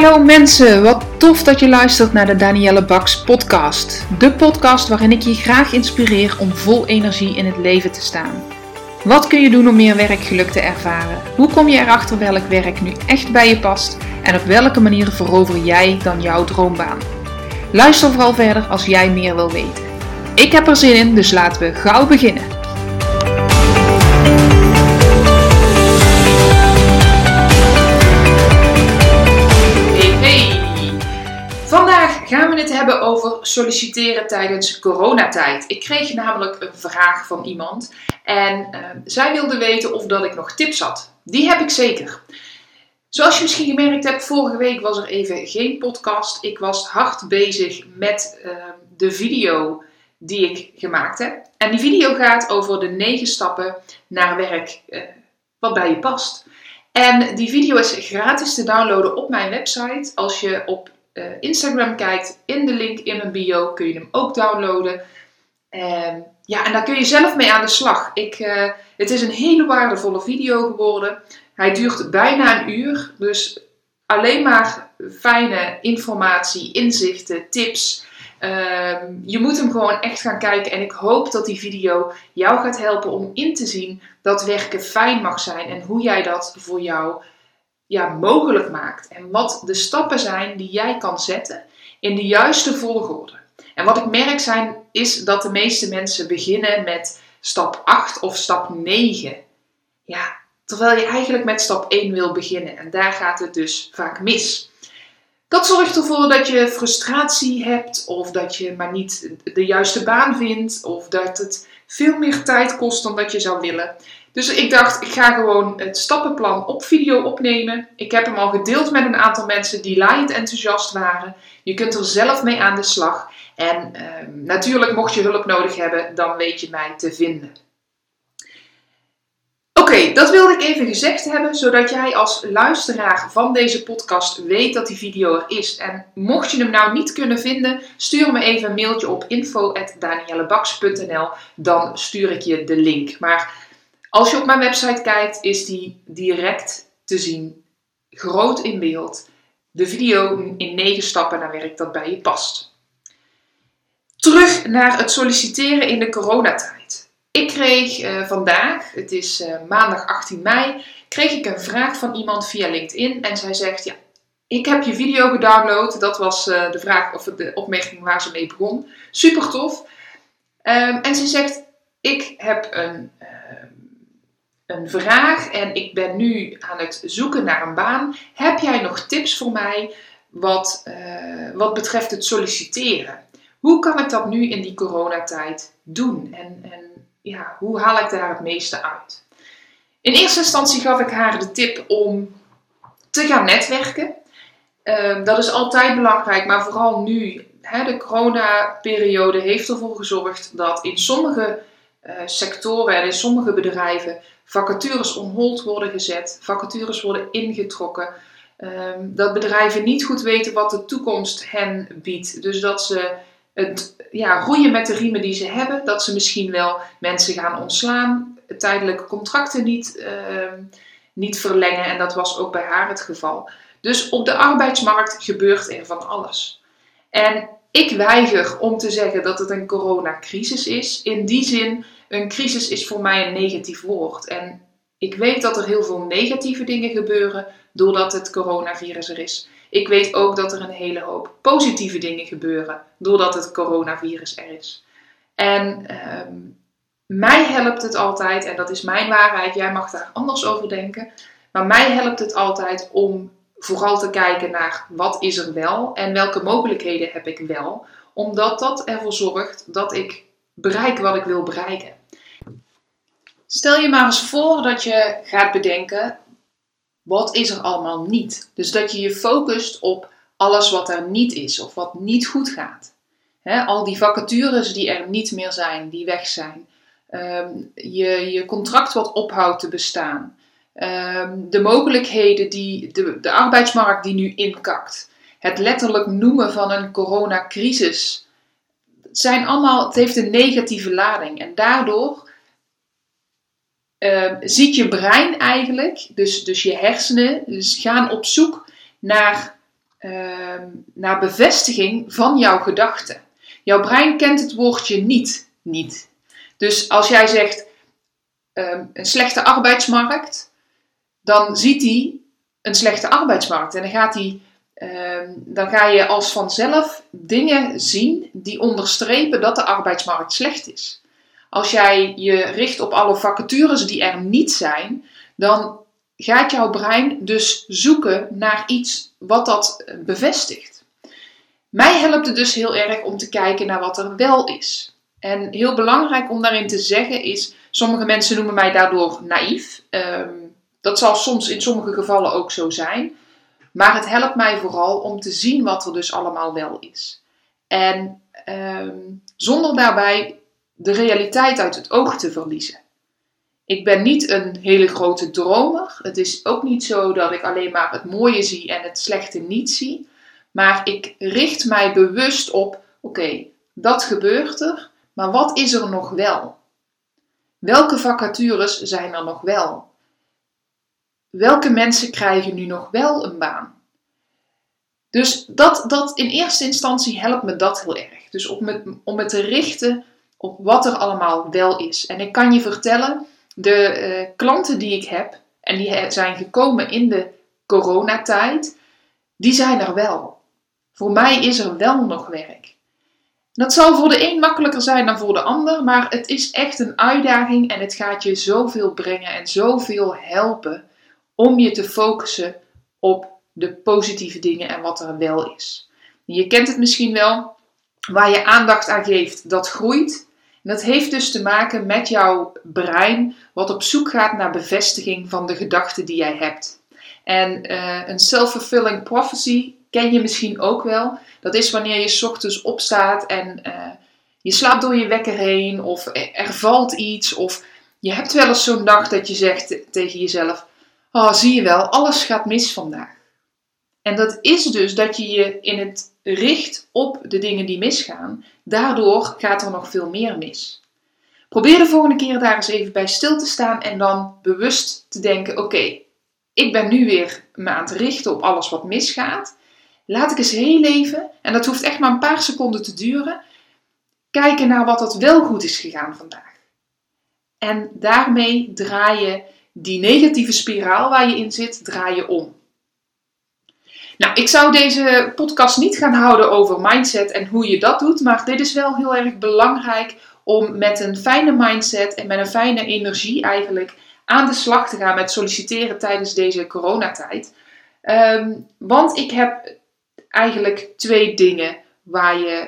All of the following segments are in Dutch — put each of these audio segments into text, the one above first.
Hallo mensen, wat tof dat je luistert naar de Danielle Baks podcast. De podcast waarin ik je graag inspireer om vol energie in het leven te staan. Wat kun je doen om meer werkgeluk te ervaren? Hoe kom je erachter welk werk nu echt bij je past? En op welke manier verover jij dan jouw droombaan? Luister vooral verder als jij meer wil weten. Ik heb er zin in, dus laten we gauw beginnen. Vandaag gaan we het hebben over solliciteren tijdens coronatijd. Ik kreeg namelijk een vraag van iemand en zij wilde weten of dat ik nog tips had. Die heb ik zeker. Zoals je misschien gemerkt hebt, vorige week was er even geen podcast. Ik was hard bezig met de video die ik gemaakt heb. En die video gaat over de 9 stappen naar werk wat bij je past. En die video is gratis te downloaden op mijn website. Als je op Instagram kijkt, in de link in mijn bio kun je hem ook downloaden. En daar kun je zelf mee aan de slag. Het is een hele waardevolle video geworden. Hij duurt bijna een uur, dus alleen maar fijne informatie, inzichten, tips. Je moet hem gewoon echt gaan kijken en ik hoop dat die video jou gaat helpen om in te zien dat werken fijn mag zijn en hoe jij dat voor jou mogelijk maakt. En wat de stappen zijn die jij kan zetten in de juiste volgorde. En wat ik merk is dat de meeste mensen beginnen met stap 8 of stap 9. Ja, terwijl je eigenlijk met stap 1 wil beginnen. En daar gaat het dus vaak mis. Dat zorgt ervoor dat je frustratie hebt of dat je maar niet de juiste baan vindt of dat het veel meer tijd kost dan dat je zou willen. Dus ik dacht, ik ga gewoon het stappenplan op video opnemen. Ik heb hem al gedeeld met een aantal mensen die laaiend enthousiast waren. Je kunt er zelf mee aan de slag. En natuurlijk, mocht je hulp nodig hebben, dan weet je mij te vinden. Oké, dat wilde ik even gezegd hebben, zodat jij als luisteraar van deze podcast weet dat die video er is. En mocht je hem nou niet kunnen vinden, stuur me even een mailtje op info@daniellebaks.nl. Dan stuur ik je de link. Maar als je op mijn website kijkt, is die direct te zien, groot in beeld. De video in 9 stappen naar werk dat bij je past. Terug naar het solliciteren in de coronatijd. Ik kreeg vandaag, het is maandag 18 mei, kreeg ik een vraag van iemand via LinkedIn. En zij zegt, ik heb je video gedownload. Dat was de vraag of de opmerking waar ze mee begon. Super tof. En ze zegt, ik heb een vraag en ik ben nu aan het zoeken naar een baan. Heb jij nog tips voor mij wat betreft het solliciteren? Hoe kan ik dat nu in die coronatijd doen? En hoe haal ik daar het meeste uit? In eerste instantie gaf ik haar de tip om te gaan netwerken. Dat is altijd belangrijk, maar vooral nu. De coronaperiode heeft ervoor gezorgd dat in sommige sectoren en in sommige bedrijven vacatures on hold worden gezet, vacatures worden ingetrokken, dat bedrijven niet goed weten wat de toekomst hen biedt. Dus dat ze roeien met de riemen die ze hebben, dat ze misschien wel mensen gaan ontslaan, tijdelijke contracten niet verlengen en dat was ook bij haar het geval. Dus op de arbeidsmarkt gebeurt er van alles. En ik weiger om te zeggen dat het een coronacrisis is. In die zin, een crisis is voor mij een negatief woord. En ik weet dat er heel veel negatieve dingen gebeuren doordat het coronavirus er is. Ik weet ook dat er een hele hoop positieve dingen gebeuren doordat het coronavirus er is. En mij helpt het altijd, en dat is mijn waarheid, jij mag daar anders over denken. Maar mij helpt het altijd om vooral te kijken naar wat is er wel en welke mogelijkheden heb ik wel. Omdat dat ervoor zorgt dat ik bereik wat ik wil bereiken. Stel je maar eens voor dat je gaat bedenken, wat is er allemaal niet? Dus dat je je focust op alles wat er niet is of wat niet goed gaat. Al die vacatures die er niet meer zijn, die weg zijn. Je contract wat ophoudt te bestaan. De mogelijkheden die de arbeidsmarkt die nu inkakt. Het letterlijk noemen van een coronacrisis. Het heeft een negatieve lading. En daardoor ziet je brein eigenlijk, dus je hersenen, gaan op zoek naar naar bevestiging van jouw gedachten. Jouw brein kent het woordje niet. Dus als jij zegt een slechte arbeidsmarkt, dan ziet hij een slechte arbeidsmarkt. En dan ga je als vanzelf dingen zien die onderstrepen dat de arbeidsmarkt slecht is. Als jij je richt op alle vacatures die er niet zijn, dan gaat jouw brein dus zoeken naar iets wat dat bevestigt. Mij helpt het dus heel erg om te kijken naar wat er wel is. En heel belangrijk om daarin te zeggen is, sommige mensen noemen mij daardoor naïef. Dat zal soms in sommige gevallen ook zo zijn. Maar het helpt mij vooral om te zien wat er dus allemaal wel is. En zonder daarbij de realiteit uit het oog te verliezen. Ik ben niet een hele grote dromer. Het is ook niet zo dat ik alleen maar het mooie zie en het slechte niet zie. Maar ik richt mij bewust op, oké, dat gebeurt er, maar wat is er nog wel? Welke vacatures zijn er nog wel? Welke mensen krijgen nu nog wel een baan? Dus dat in eerste instantie helpt me dat heel erg. Dus om me te richten op wat er allemaal wel is. En ik kan je vertellen, de klanten die ik heb, en die zijn gekomen in de coronatijd, die zijn er wel. Voor mij is er wel nog werk. Dat zal voor de een makkelijker zijn dan voor de ander, maar het is echt een uitdaging en het gaat je zoveel brengen en zoveel helpen om je te focussen op de positieve dingen en wat er wel is. Je kent het misschien wel, waar je aandacht aan geeft, dat groeit. En dat heeft dus te maken met jouw brein, wat op zoek gaat naar bevestiging van de gedachten die jij hebt. En een self-fulfilling prophecy ken je misschien ook wel. Dat is wanneer je 's ochtends opstaat en je slaapt door je wekker heen, of er valt iets, of je hebt wel eens zo'n dag dat je zegt tegen jezelf, oh, zie je wel, alles gaat mis vandaag. En dat is dus dat je je in het richt op de dingen die misgaan. Daardoor gaat er nog veel meer mis. Probeer de volgende keer daar eens even bij stil te staan en dan bewust te denken, oké, ik ben nu weer me aan het richten op alles wat misgaat. Laat ik eens heel even, en dat hoeft echt maar een paar seconden te duren, kijken naar wat er wel goed is gegaan vandaag. En daarmee draai je die negatieve spiraal waar je in zit, draai je om. Nou, ik zou deze podcast niet gaan houden over mindset en hoe je dat doet, maar dit is wel heel erg belangrijk om met een fijne mindset en met een fijne energie eigenlijk aan de slag te gaan met solliciteren tijdens deze coronatijd. Want ik heb eigenlijk twee dingen waar je,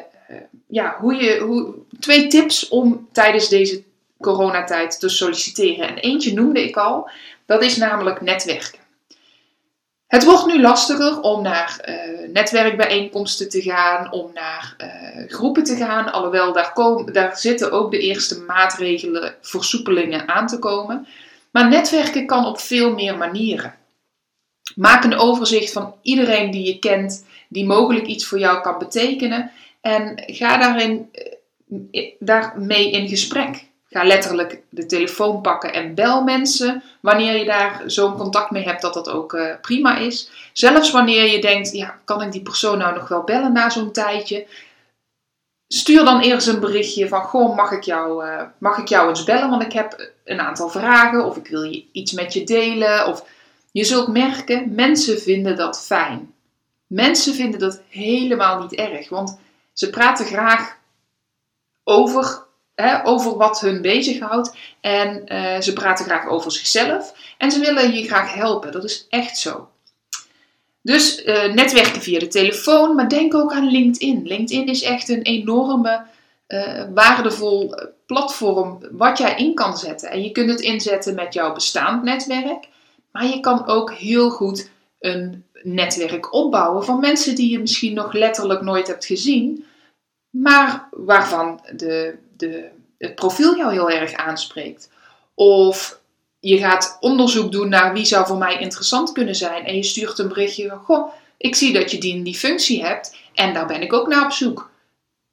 twee tips om tijdens deze coronatijd te solliciteren. En eentje noemde ik al, dat is namelijk netwerken. Het wordt nu lastiger om naar netwerkbijeenkomsten te gaan, om naar groepen te gaan. Alhoewel, daar zitten ook de eerste maatregelen, versoepelingen aan te komen. Maar netwerken kan op veel meer manieren. Maak een overzicht van iedereen die je kent, die mogelijk iets voor jou kan betekenen. En ga daarmee in gesprek. Ga letterlijk de telefoon pakken en bel mensen. Wanneer je daar zo'n contact mee hebt, dat ook prima is. Zelfs wanneer je denkt, ja, kan ik die persoon nou nog wel bellen na zo'n tijdje? Stuur dan eerst een berichtje van, goh, mag ik jou eens bellen? Want ik heb een aantal vragen of ik wil iets met je delen. Of je zult merken, mensen vinden dat fijn. Mensen vinden dat helemaal niet erg, want ze praten graag over wat hun bezighoudt. En ze praten graag over zichzelf. En ze willen je graag helpen. Dat is echt zo. Dus netwerken via de telefoon. Maar denk ook aan LinkedIn. LinkedIn is echt een enorme, waardevol platform wat jij in kan zetten. En je kunt het inzetten met jouw bestaand netwerk. Maar je kan ook heel goed een netwerk opbouwen van mensen die je misschien nog letterlijk nooit hebt gezien. Maar waarvan het profiel jou heel erg aanspreekt. Of je gaat onderzoek doen naar wie zou voor mij interessant kunnen zijn. En je stuurt een berichtje van, goh, ik zie dat je die functie hebt. En daar ben ik ook naar op zoek.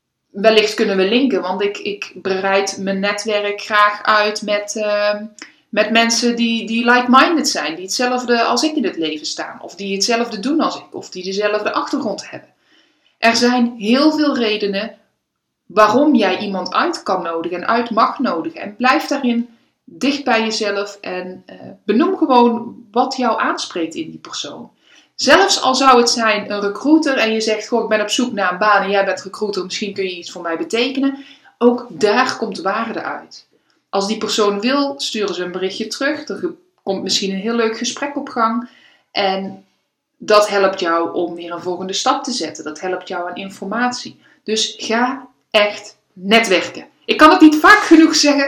Wellicht kunnen we linken, want ik breid mijn netwerk graag uit met mensen die like-minded zijn, die hetzelfde als ik in het leven staan, of die hetzelfde doen als ik, of die dezelfde achtergrond hebben. Er zijn heel veel redenen waarom jij iemand uit kan nodigen en uit mag nodigen. En blijf daarin dicht bij jezelf en benoem gewoon wat jou aanspreekt in die persoon. Zelfs al zou het zijn een recruiter en je zegt, goh, ik ben op zoek naar een baan en jij bent recruiter, misschien kun je iets voor mij betekenen. Ook daar komt waarde uit. Als die persoon wil, sturen ze een berichtje terug. Er komt misschien een heel leuk gesprek op gang. En dat helpt jou om weer een volgende stap te zetten. Dat helpt jou aan informatie. Dus ga echt netwerken. Ik kan het niet vaak genoeg zeggen.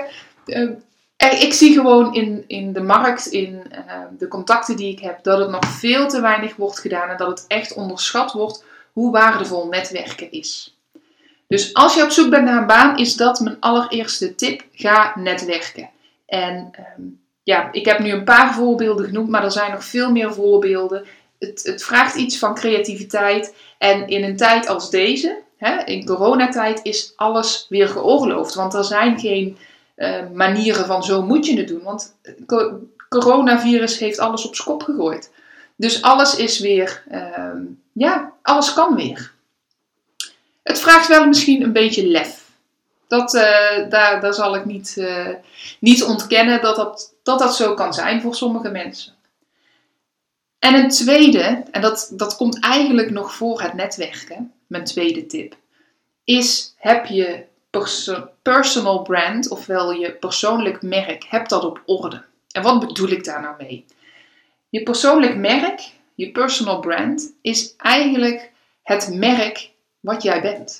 Ik zie gewoon in de markt, in de contacten die ik heb, dat het nog veel te weinig wordt gedaan. En dat het echt onderschat wordt hoe waardevol netwerken is. Dus als je op zoek bent naar een baan, is dat mijn allereerste tip. Ga netwerken. En ik heb nu een paar voorbeelden genoemd, maar er zijn nog veel meer voorbeelden. Het vraagt iets van creativiteit. En in een tijd als deze, in coronatijd, is alles weer geoorloofd. Want er zijn geen manieren van zo moet je het doen. Want coronavirus heeft alles op z'n kop gegooid. Dus alles is weer, alles kan weer. Het vraagt wel misschien een beetje lef. Daar zal ik niet ontkennen dat zo kan zijn voor sommige mensen. En een tweede, en dat komt eigenlijk nog voor het netwerken, mijn tweede tip, is heb je personal brand, ofwel je persoonlijk merk, heb dat op orde. En wat bedoel ik daar nou mee? Je persoonlijk merk, je personal brand, is eigenlijk het merk wat jij bent.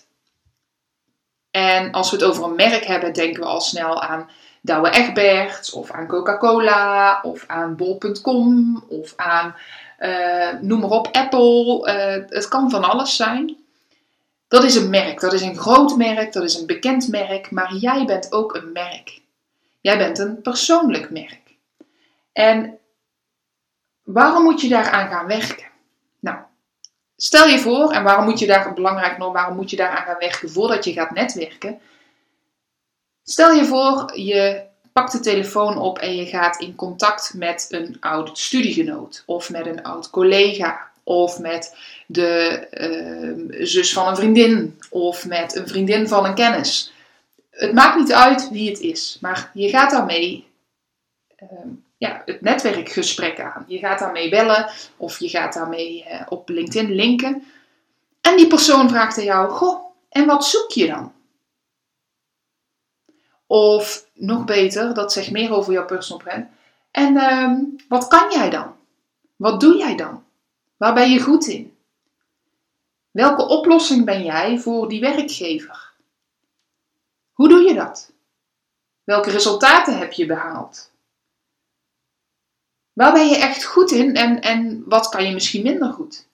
En als we het over een merk hebben, denken we al snel aan Douwe Egberts, of aan Coca-Cola, of aan bol.com, of aan, noem maar op, Apple. Het kan van alles zijn. Dat is een merk, dat is een groot merk, dat is een bekend merk, maar jij bent ook een merk. Jij bent een persoonlijk merk. En waarom moet je daaraan gaan werken? Nou, stel je voor, en waarom moet je daaraan gaan werken voordat je gaat netwerken? Stel je voor, je pakt de telefoon op en je gaat in contact met een oud studiegenoot, of met een oud collega, of met de zus van een vriendin, of met een vriendin van een kennis. Het maakt niet uit wie het is, maar je gaat daarmee het netwerkgesprek aan. Je gaat daarmee bellen of je gaat daarmee op LinkedIn linken. En die persoon vraagt aan jou, goh, en wat zoek je dan? Of nog beter, dat zegt meer over jouw personal brand. En wat kan jij dan? Wat doe jij dan? Waar ben je goed in? Welke oplossing ben jij voor die werkgever? Hoe doe je dat? Welke resultaten heb je behaald? Waar ben je echt goed in en wat kan je misschien minder goed?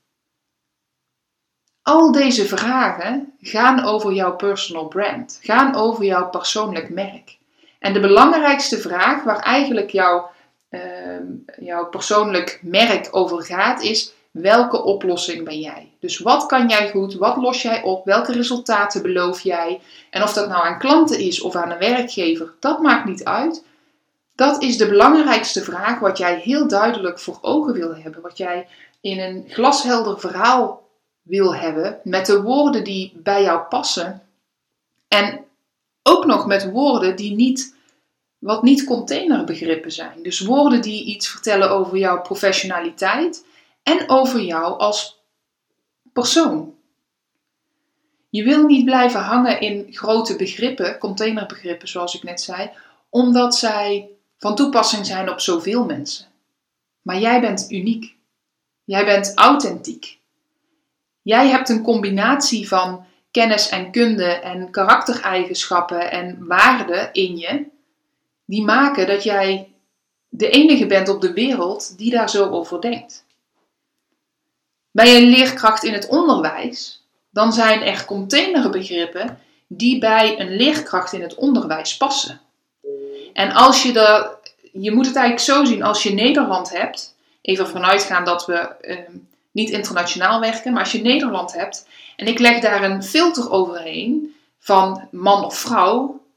Al deze vragen gaan over jouw personal brand, gaan over jouw persoonlijk merk. En de belangrijkste vraag waar eigenlijk jouw persoonlijk merk over gaat is, welke oplossing ben jij? Dus wat kan jij goed, wat los jij op, welke resultaten beloof jij? En of dat nou aan klanten is of aan een werkgever, dat maakt niet uit. Dat is de belangrijkste vraag wat jij heel duidelijk voor ogen wil hebben. Wat jij in een glashelder verhaal wil hebben. Met de woorden die bij jou passen. En ook nog met woorden die niet containerbegrippen zijn. Dus woorden die iets vertellen over jouw professionaliteit. En over jou als persoon. Je wil niet blijven hangen in grote begrippen, containerbegrippen zoals ik net zei. Omdat zij van toepassing zijn op zoveel mensen. Maar jij bent uniek. Jij bent authentiek. Jij hebt een combinatie van kennis en kunde en karaktereigenschappen en waarden in je, die maken dat jij de enige bent op de wereld die daar zo over denkt. Ben je een leerkracht in het onderwijs, dan zijn er containerbegrippen die bij een leerkracht in het onderwijs passen. En je moet het eigenlijk zo zien, als je Nederland hebt, even vanuitgaan dat we niet internationaal werken, maar als je Nederland hebt en ik leg daar een filter overheen van man of vrouw,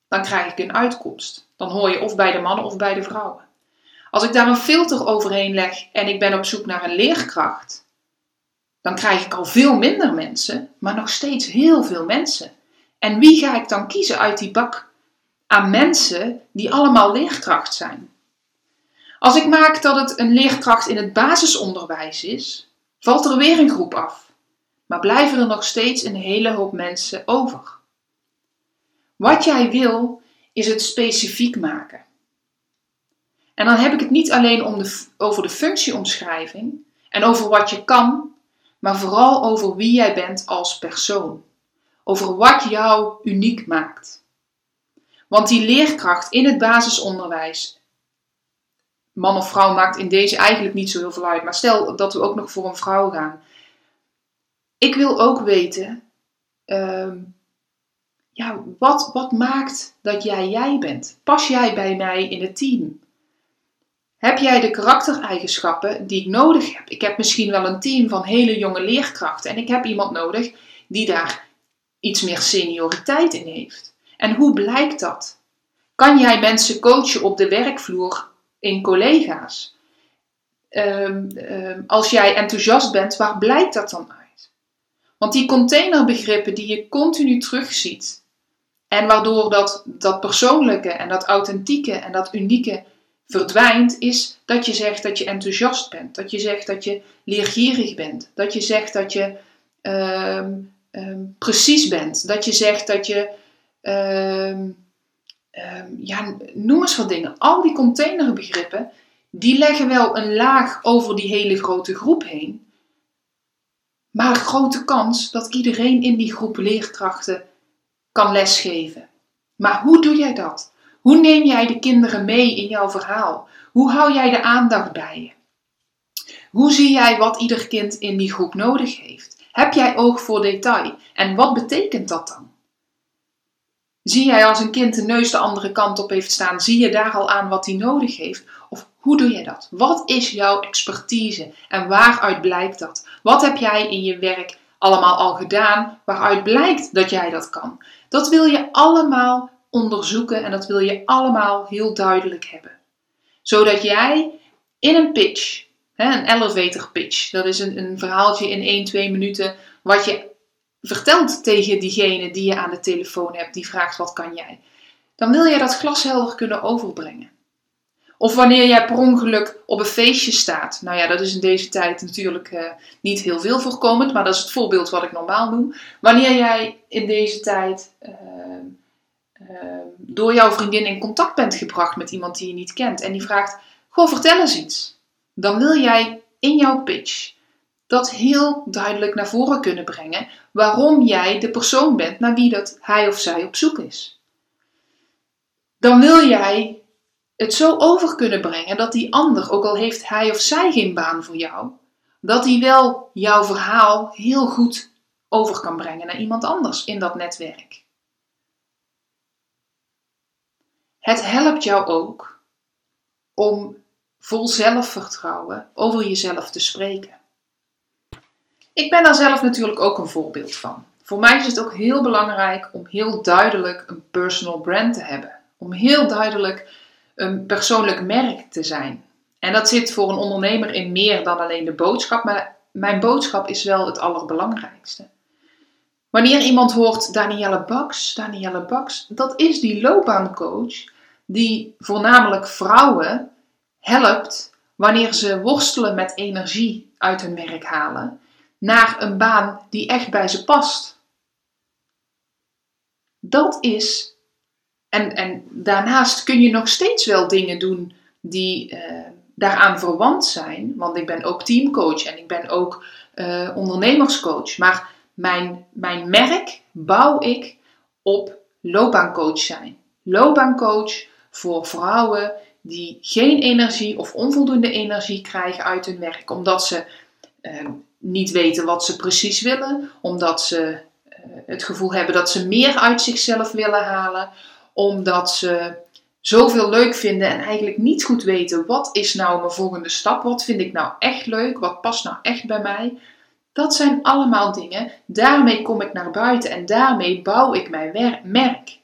dan krijg ik een uitkomst. Dan hoor je of bij de mannen of bij de vrouwen. Als ik daar een filter overheen leg en ik ben op zoek naar een leerkracht, dan krijg ik al veel minder mensen, maar nog steeds heel veel mensen. En wie ga ik dan kiezen uit die bak aan mensen die allemaal leerkracht zijn? Als ik maak dat het een leerkracht in het basisonderwijs is, valt er weer een groep af. Maar blijven er nog steeds een hele hoop mensen over. Wat jij wil, is het specifiek maken. En dan heb ik het niet alleen over de functieomschrijving en over wat je kan, maar vooral over wie jij bent als persoon. Over wat jou uniek maakt. Want die leerkracht in het basisonderwijs, man of vrouw maakt in deze eigenlijk niet zo heel veel uit, maar stel dat we ook nog voor een vrouw gaan. Ik wil ook weten, wat maakt dat jij bent? Pas jij bij mij in het team? Heb jij de karaktereigenschappen die ik nodig heb? Ik heb misschien wel een team van hele jonge leerkrachten en ik heb iemand nodig die daar iets meer senioriteit in heeft. En hoe blijkt dat? Kan jij mensen coachen op de werkvloer in collega's? Als jij enthousiast bent, waar blijkt dat dan uit? Want die containerbegrippen die je continu terugziet en waardoor dat persoonlijke en dat authentieke en dat unieke verdwijnt, is dat je zegt dat je enthousiast bent. Dat je zegt dat je leergierig bent. Dat je zegt dat je precies bent. Dat je zegt dat je noem eens wat dingen. Al die containerbegrippen, die leggen wel een laag over die hele grote groep heen. Maar een grote kans dat iedereen in die groep leerkrachten kan lesgeven. Maar hoe doe jij dat? Hoe neem jij de kinderen mee in jouw verhaal? Hoe hou jij de aandacht bij je? Hoe zie jij wat ieder kind in die groep nodig heeft? Heb jij oog voor detail? En wat betekent dat dan? Zie jij als een kind de neus de andere kant op heeft staan, zie je daar al aan wat hij nodig heeft? Of hoe doe je dat? Wat is jouw expertise en waaruit blijkt dat? Wat heb jij in je werk allemaal al gedaan waaruit blijkt dat jij dat kan? Dat wil je allemaal onderzoeken en dat wil je allemaal heel duidelijk hebben. Zodat jij in een pitch, een elevator pitch, dat is een verhaaltje in 1-2 minuten wat je vertelt tegen diegene die je aan de telefoon hebt, die vraagt wat kan jij? Dan wil jij dat glashelder kunnen overbrengen. Of wanneer jij per ongeluk op een feestje staat. Nou ja, dat is in deze tijd natuurlijk niet heel veel voorkomend, maar dat is het voorbeeld wat ik normaal noem. Wanneer jij in deze tijd door jouw vriendin in contact bent gebracht met iemand die je niet kent en die vraagt, goh, vertel eens iets. Dan wil jij in jouw pitch dat heel duidelijk naar voren kunnen brengen waarom jij de persoon bent naar wie dat hij of zij op zoek is. Dan wil jij het zo over kunnen brengen dat die ander, ook al heeft hij of zij geen baan voor jou, dat hij wel jouw verhaal heel goed over kan brengen naar iemand anders in dat netwerk. Het helpt jou ook om vol zelfvertrouwen over jezelf te spreken. Ik ben daar zelf natuurlijk ook een voorbeeld van. Voor mij is het ook heel belangrijk om heel duidelijk een personal brand te hebben. Om heel duidelijk een persoonlijk merk te zijn. En dat zit voor een ondernemer in meer dan alleen de boodschap, maar mijn boodschap is wel het allerbelangrijkste. Wanneer iemand hoort Danielle Baks, dat is die loopbaancoach die voornamelijk vrouwen helpt wanneer ze worstelen met energie uit hun werk halen, naar een baan die echt bij ze past. Dat is, en daarnaast kun je nog steeds wel dingen doen die daaraan verwant zijn, want ik ben ook teamcoach en ik ben ook ondernemerscoach, maar mijn merk bouw ik op loopbaancoach zijn. Loopbaancoach voor vrouwen die geen energie of onvoldoende energie krijgen uit hun werk, omdat ze niet weten wat ze precies willen, omdat ze het gevoel hebben dat ze meer uit zichzelf willen halen, omdat ze zoveel leuk vinden en eigenlijk niet goed weten wat is nou mijn volgende stap, wat vind ik nou echt leuk, wat past nou echt bij mij. Dat zijn allemaal dingen, daarmee kom ik naar buiten en daarmee bouw ik mijn merk.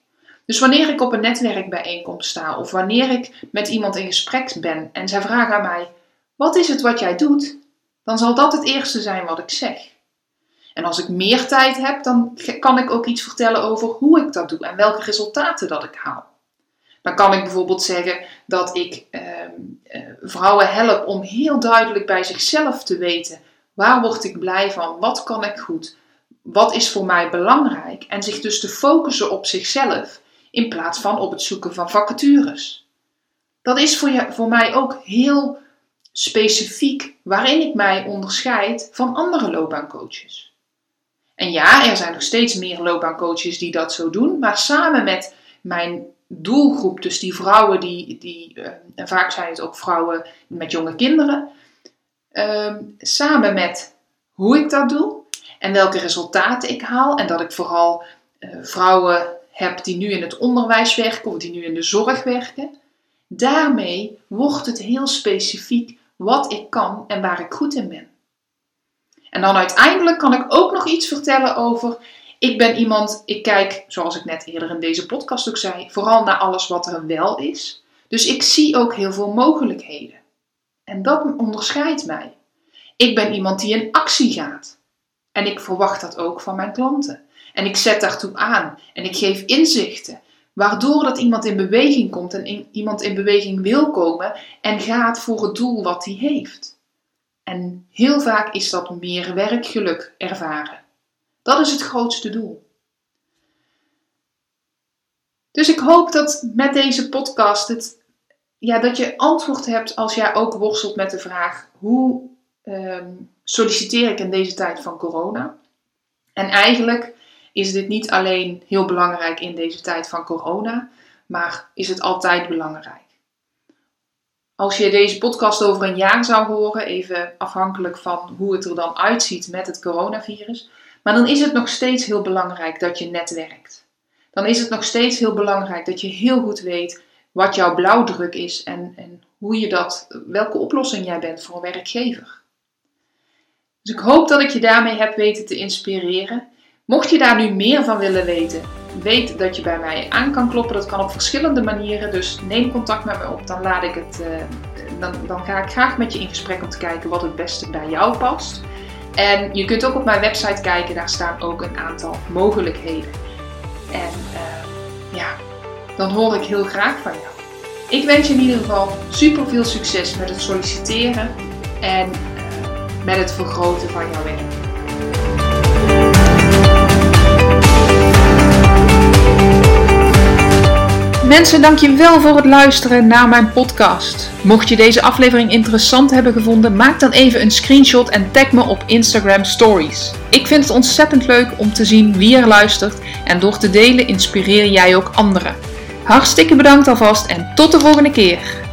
Dus wanneer ik op een netwerkbijeenkomst sta of wanneer ik met iemand in gesprek ben en zij vragen aan mij, wat is het wat jij doet? Dan zal dat het eerste zijn wat ik zeg. En als ik meer tijd heb, dan kan ik ook iets vertellen over hoe ik dat doe en welke resultaten dat ik haal. Dan kan ik bijvoorbeeld zeggen dat ik vrouwen help om heel duidelijk bij zichzelf te weten, waar word ik blij van, wat kan ik goed, wat is voor mij belangrijk en zich dus te focussen op zichzelf in plaats van op het zoeken van vacatures. Dat is voor mij ook heel specifiek waarin ik mij onderscheid van andere loopbaancoaches. En ja, er zijn nog steeds meer loopbaancoaches die dat zo doen, maar samen met mijn doelgroep, dus die vrouwen en vaak zijn het ook vrouwen met jonge kinderen, samen met hoe ik dat doe en welke resultaten ik haal en dat ik vooral vrouwen heb die nu in het onderwijs werken of die nu in de zorg werken, daarmee wordt het heel specifiek wat ik kan en waar ik goed in ben. En dan uiteindelijk kan ik ook nog iets vertellen over, ik kijk, zoals ik net eerder in deze podcast ook zei, vooral naar alles wat er wel is. Dus ik zie ook heel veel mogelijkheden. En dat onderscheidt mij. Ik ben iemand die in actie gaat. En ik verwacht dat ook van mijn klanten. En ik zet daartoe aan. En ik geef inzichten. Waardoor dat iemand in beweging komt en iemand in beweging wil komen en gaat voor het doel wat hij heeft. En heel vaak is dat meer werkgeluk ervaren. Dat is het grootste doel. Dus ik hoop dat met deze podcast dat je antwoord hebt als jij ook worstelt met de vraag, hoe solliciteer ik in deze tijd van corona? En eigenlijk is dit niet alleen heel belangrijk in deze tijd van corona, maar is het altijd belangrijk. Als je deze podcast over een jaar zou horen, even afhankelijk van hoe het er dan uitziet met het coronavirus, maar dan is het nog steeds heel belangrijk dat je netwerkt. Dan is het nog steeds heel belangrijk dat je heel goed weet wat jouw blauwdruk is en welke oplossing jij bent voor een werkgever. Dus ik hoop dat ik je daarmee heb weten te inspireren. Mocht je daar nu meer van willen weten, weet dat je bij mij aan kan kloppen. Dat kan op verschillende manieren, dus neem contact met me op. Dan ga ik graag met je in gesprek om te kijken wat het beste bij jou past. En je kunt ook op mijn website kijken, daar staan ook een aantal mogelijkheden. En dan hoor ik heel graag van jou. Ik wens je in ieder geval super veel succes met het solliciteren en met het vergroten van jouw werk. Mensen, dank je wel voor het luisteren naar mijn podcast. Mocht je deze aflevering interessant hebben gevonden, maak dan even een screenshot en tag me op Instagram Stories. Ik vind het ontzettend leuk om te zien wie er luistert en door te delen inspireer jij ook anderen. Hartstikke bedankt alvast en tot de volgende keer.